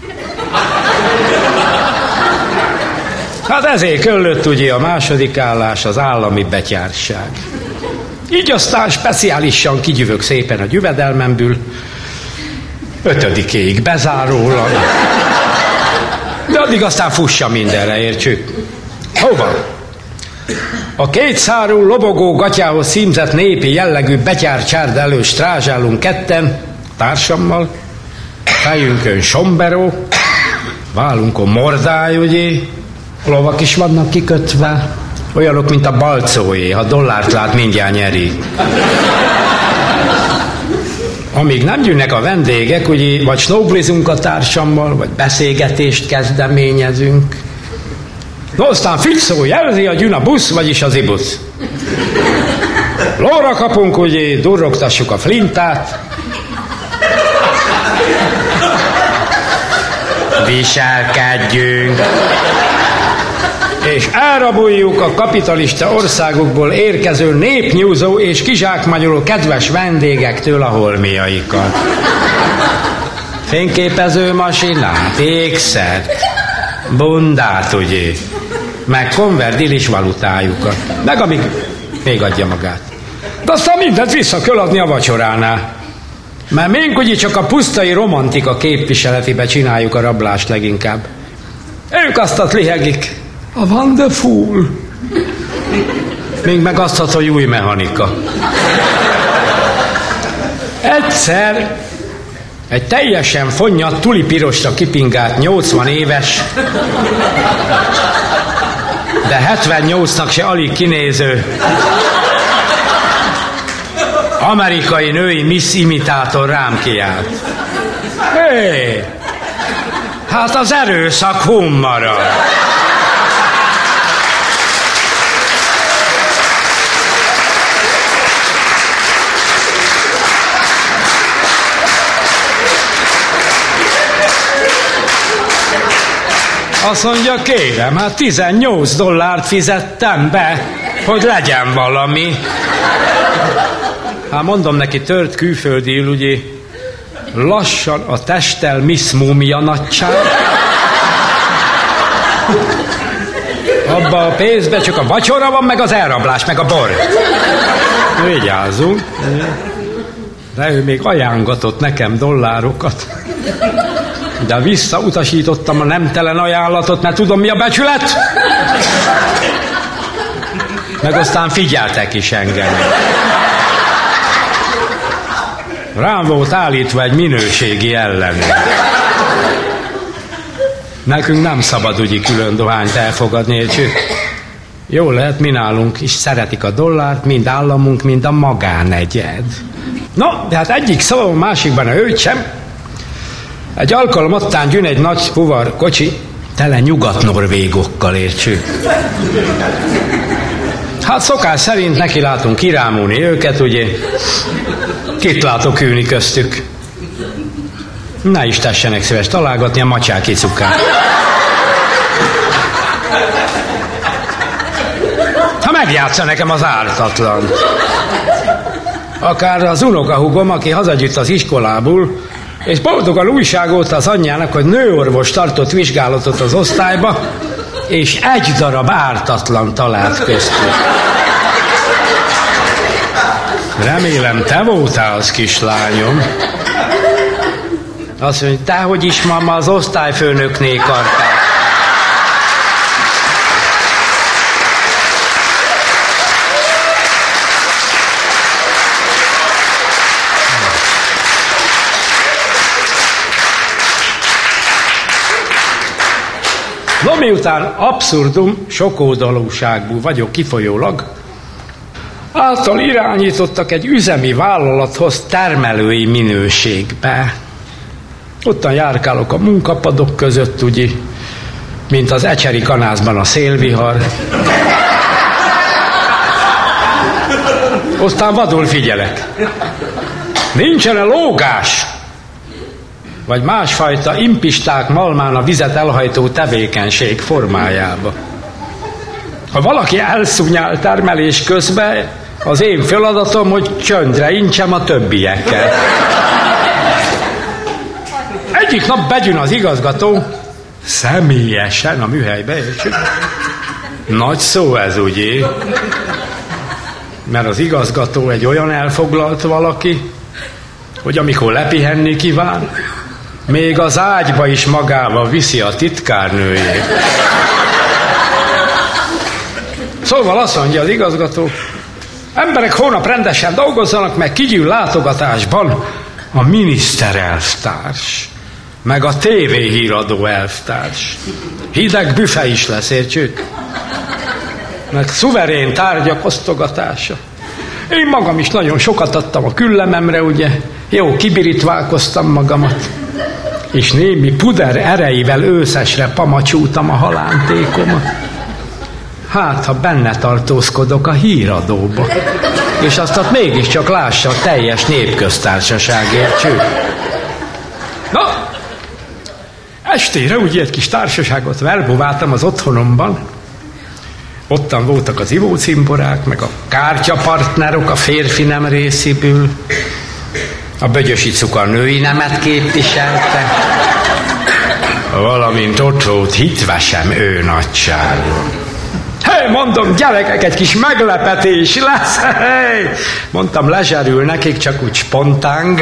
Hát ezért köllött ugye a második állás, az állami betyárság. Így aztán speciálisan kigyűvök szépen a gyüvedelmemből, ötödikéig bezárólag. De addig aztán fussa mindenre, értsük. Hova? A kétszárú lobogó gatyához címzett népi jellegű betyárcsárd elő strázsálunk ketten, társammal, fejünkön somberó, vállunkon mordály, ugye, lovak is vannak kikötve, olyanok, mint a balcóé, ha dollárt lát, mindjárt nyeri. Amíg nem jönnek a vendégek, ugye, vagy snowblizunk a társammal, vagy beszélgetést kezdeményezünk. No, aztán fixó jelzi, hogy jön a busz, vagyis az ibusz. Lóra kapunk, ugye, durrogtassuk a flintát. Viselkedjünk. És elraboljuk a kapitalista országokból érkező népnyúzó és kizsákmányoló kedves vendégektől a holmiaikat. Fényképező masinát, ékszert, bundát, ugye, meg konverdilis valutájukat, meg amíg még adja magát. De aztán mindent vissza kell adni a vacsoránál. Mert mink ugye csak a pusztai romantika képviseletibe csináljuk a rablást leginkább. Ők azt lihegik. A wonderful. Még meg azt, hogy új mechanika. Egyszer egy teljesen fonnyat, tulipirosra kipingált nyolcvan éves, de hetvennyolcnak se alig kinéző amerikai női Miss imitátor rám kiált. Hé! Hát az erőszak hummara. Azt mondja, kérem, hát tizennyolc dollárt fizettem be, hogy legyen valami. Hát mondom neki, tört külföldi, ugye, lassan a testtel Miss Múmia nagyság. Abba a pénzbe csak a vacsora van, meg az elrablás, meg a bor. Vigyázzunk. De ő még ajángatott nekem dollárokat. De visszautasítottam a nemtelen ajánlatot, mert tudom, mi a becsület. Meg aztán figyeltek is engem. Rám volt állítva egy minőségi ellenőr. Nekünk nem szabad ugye külön dohányt elfogadni, értsük? Jól lehet, mi nálunk is szeretik a dollárt, mind államunk, mind a magánegyed. No, de hát egyik szavam, másikban a őcsem. Egy alkalom attán jön egy nagy fuvar kocsi, tele nyugat-norvégokkal, értsük. Hát szokás szerint neki látunk kirámulni őket, ugye. Kit látok ülni köztük? Ne is tessenek szíves találgatni a macsák icukát. Ha megjátsza nekem az ártatlan. Akár az unokahúgom, aki hazagyűjt az iskolából, és boldogan újságolta az anyjának, hogy nőorvos tartott vizsgálatot az osztályba, és egy darab ártatlan talált köztük. Remélem, te voltál az, kislányom. Azt mondja, dehogy is, mama, az osztályfőnökné kartál. No, miután abszurdum, sokoldalúságból vagyok kifolyólag, által irányítottak egy üzemi vállalathoz termelői minőségbe. Ottan járkálok a munkapadok között, ugye, mint az ecseri kanászban a szélvihar. Aztán vadul figyelek. Nincsen-e lógás? Vagy másfajta impisták malmán a vizet elhajtó tevékenység formájába. Ha valaki elszúnyál termelés közben, az én feladatom, hogy csöndre intsem a többiekkel. Egyik nap begyűn az igazgató, személyesen a műhelybe, és nagy szó ez, ugye? Mert az igazgató egy olyan elfoglalt valaki, hogy amikor lepihenni kíván, még az ágyba is magával viszi a titkárnőjét. Szóval azt mondja az igazgató, emberek hónap rendesen dolgozzanak, meg kigyűl látogatásban a miniszterelvtárs, meg a tévéhíradó elvtárs. Hideg büfe is lesz, értsük? Meg szuverén tárgyak osztogatása. Én magam is nagyon sokat adtam a küllememre, ugye? Jó, kibiritválkoztam magamat. És némi puder erejével őszesre pamacsúltam a halántékomat. Hát, ha benne tartózkodok a híradóba. És azt ott mégiscsak lássa a teljes népköztársaságért, cső. Na, estére úgy egy kis társaságot verbuváltam az otthonomban. Ottan voltak az ivócimborák, meg a kártyapartnerok a férfi nem részéből. A Bögyösi Cuka a női nemet képviselte. Valamint ott volt Hitvesem ő nagysága. Hé, mondom, gyerekek, egy kis meglepetés lesz. Hé, mondtam, lezserül nekik, csak úgy spontánk.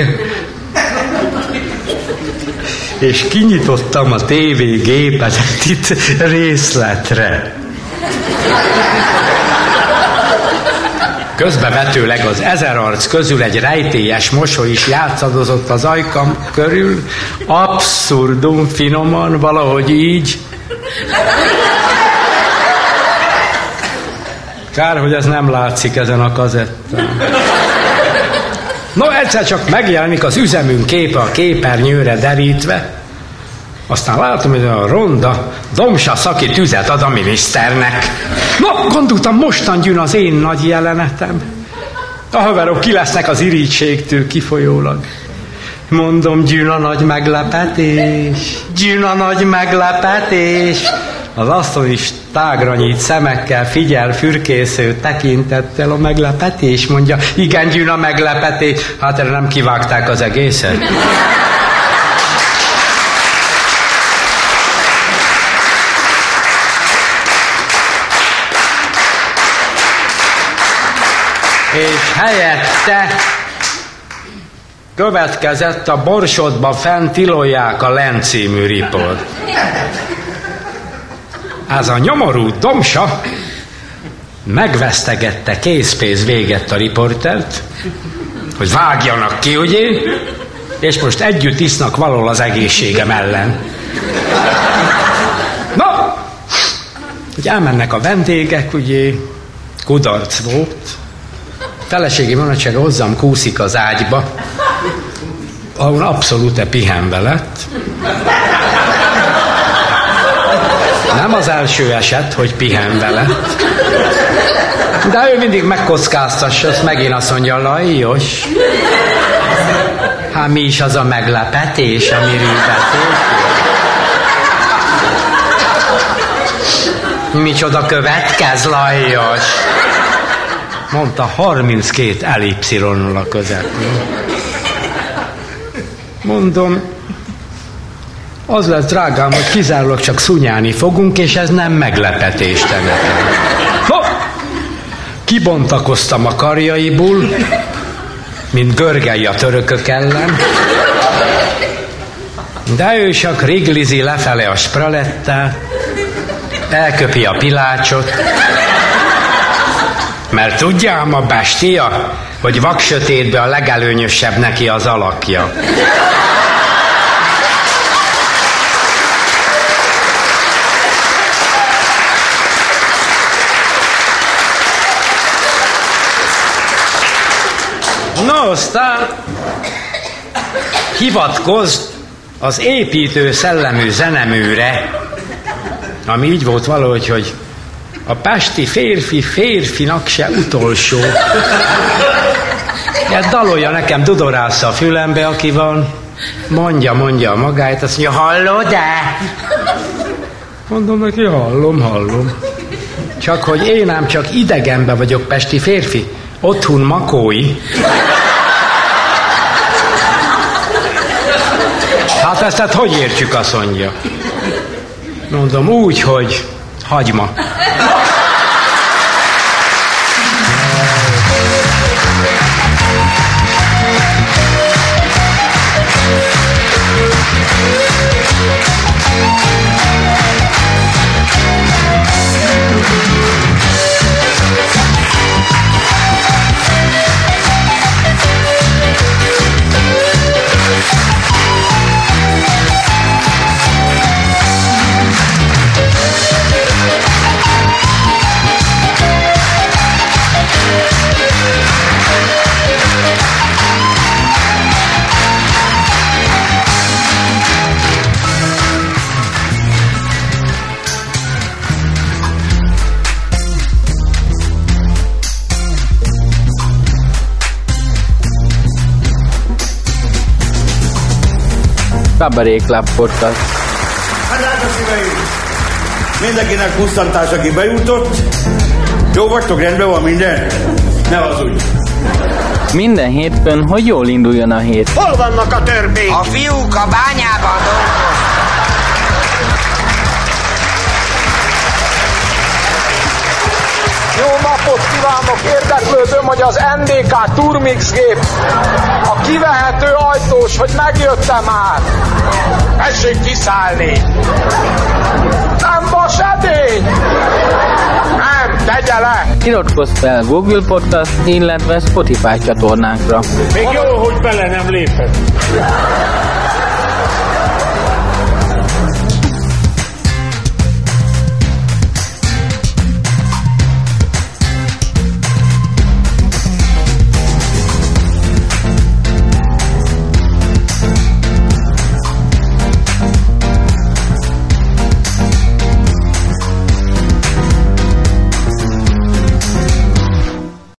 És kinyitottam a tévégépet itt részletre. Közbevetőleg az ezer arc közül egy rejtélyes mosoly is játszadozott az ajkam körül, abszurdum finoman, valahogy így. Kár, hogy ez nem látszik ezen a kazettán. No, egyszer csak megjelenik az üzemünk képe a képernyőre derítve, aztán látom, hogy a ronda Domsa Szaki tüzet ad a miniszternek. Na, gondoltam, mostan jön az én nagy jelenetem. A haverok ki lesznek az irítségtől kifolyólag. Mondom, gyűn a nagy meglepetés, gyűn a nagy meglepetés. Az asszony is tágra nyílt szemekkel figyel, fürkésző tekintettel a meglepetés, mondja, igen, gyűn a meglepetés. Hát erre nem kivágták az egészet. És helyette következett a Borsodba fent tilolják a Len című riport. Ez a nyomorú Domsa megvesztegette készpénz véget a riportert, hogy vágjanak ki, ugye? És most együtt isznak valahol az egészségem ellen. Na, hogy elmennek a vendégek, ugye, kudarc volt. Feleségi vonatsága hozzám kúszik az ágyba, ahol abszolút pihenve lett. Nem az első eset, hogy pihenve lett. De ő mindig megkockáztassa, azt megint azt mondja, Lajos. Hát mi is az a meglepetés, amiről beszélt? Micsoda következ, Lajos? Mondta harminckét ellipszilonnal a közepén. Mondom, az lesz, drágám, hogy kizárólag csak szunyálni fogunk, és ez nem meglepetés te nekem. No! Kibontakoztam a karjaiból, mint Görgely a törökök ellen, de ő csak riglizi lefele a spralettát, elköpi a pilácsot, mert tudja ám a bestia, hogy vaksötétbe a legelőnyösebb neki az alakja. No, aztán hivatkozz az építő szellemű zeneműre, ami így volt valahogy, hogy a pesti férfi férfinak se utolsó. Ja, dalolja nekem, dudorálsz a fülembe, aki van. Mondja, mondja a magáit, azt mondja, hallod-e? Mondom neki, hallom, hallom. Csak hogy én ám csak idegenbe vagyok pesti férfi. Otthon makói. Hát ezt hát hogy értsük, azt mondja. Mondom, úgy, hogy hagyma. Kabaré Club Podcast. Hát a szíveim! Mindenkinek pusztantás, aki bejutott. Jó vagytok, rendben van minden? Ne hazudj! Minden hétfőn, hogy jól induljon a hét. Hol vannak a törpék? A fiúk a bányában dolgoznak. Jó napot kívánok! Érdeklődöm, hogy az en dé ká Turmix gép a kivehető ajtós, hogy megjött-e már? Tessék kiszállni! Nem vas edény! Nem, tegye le! Iratkozz fel Google Podcast, illetve Spotify csatornánkra. Még jó, hogy bele nem lépett.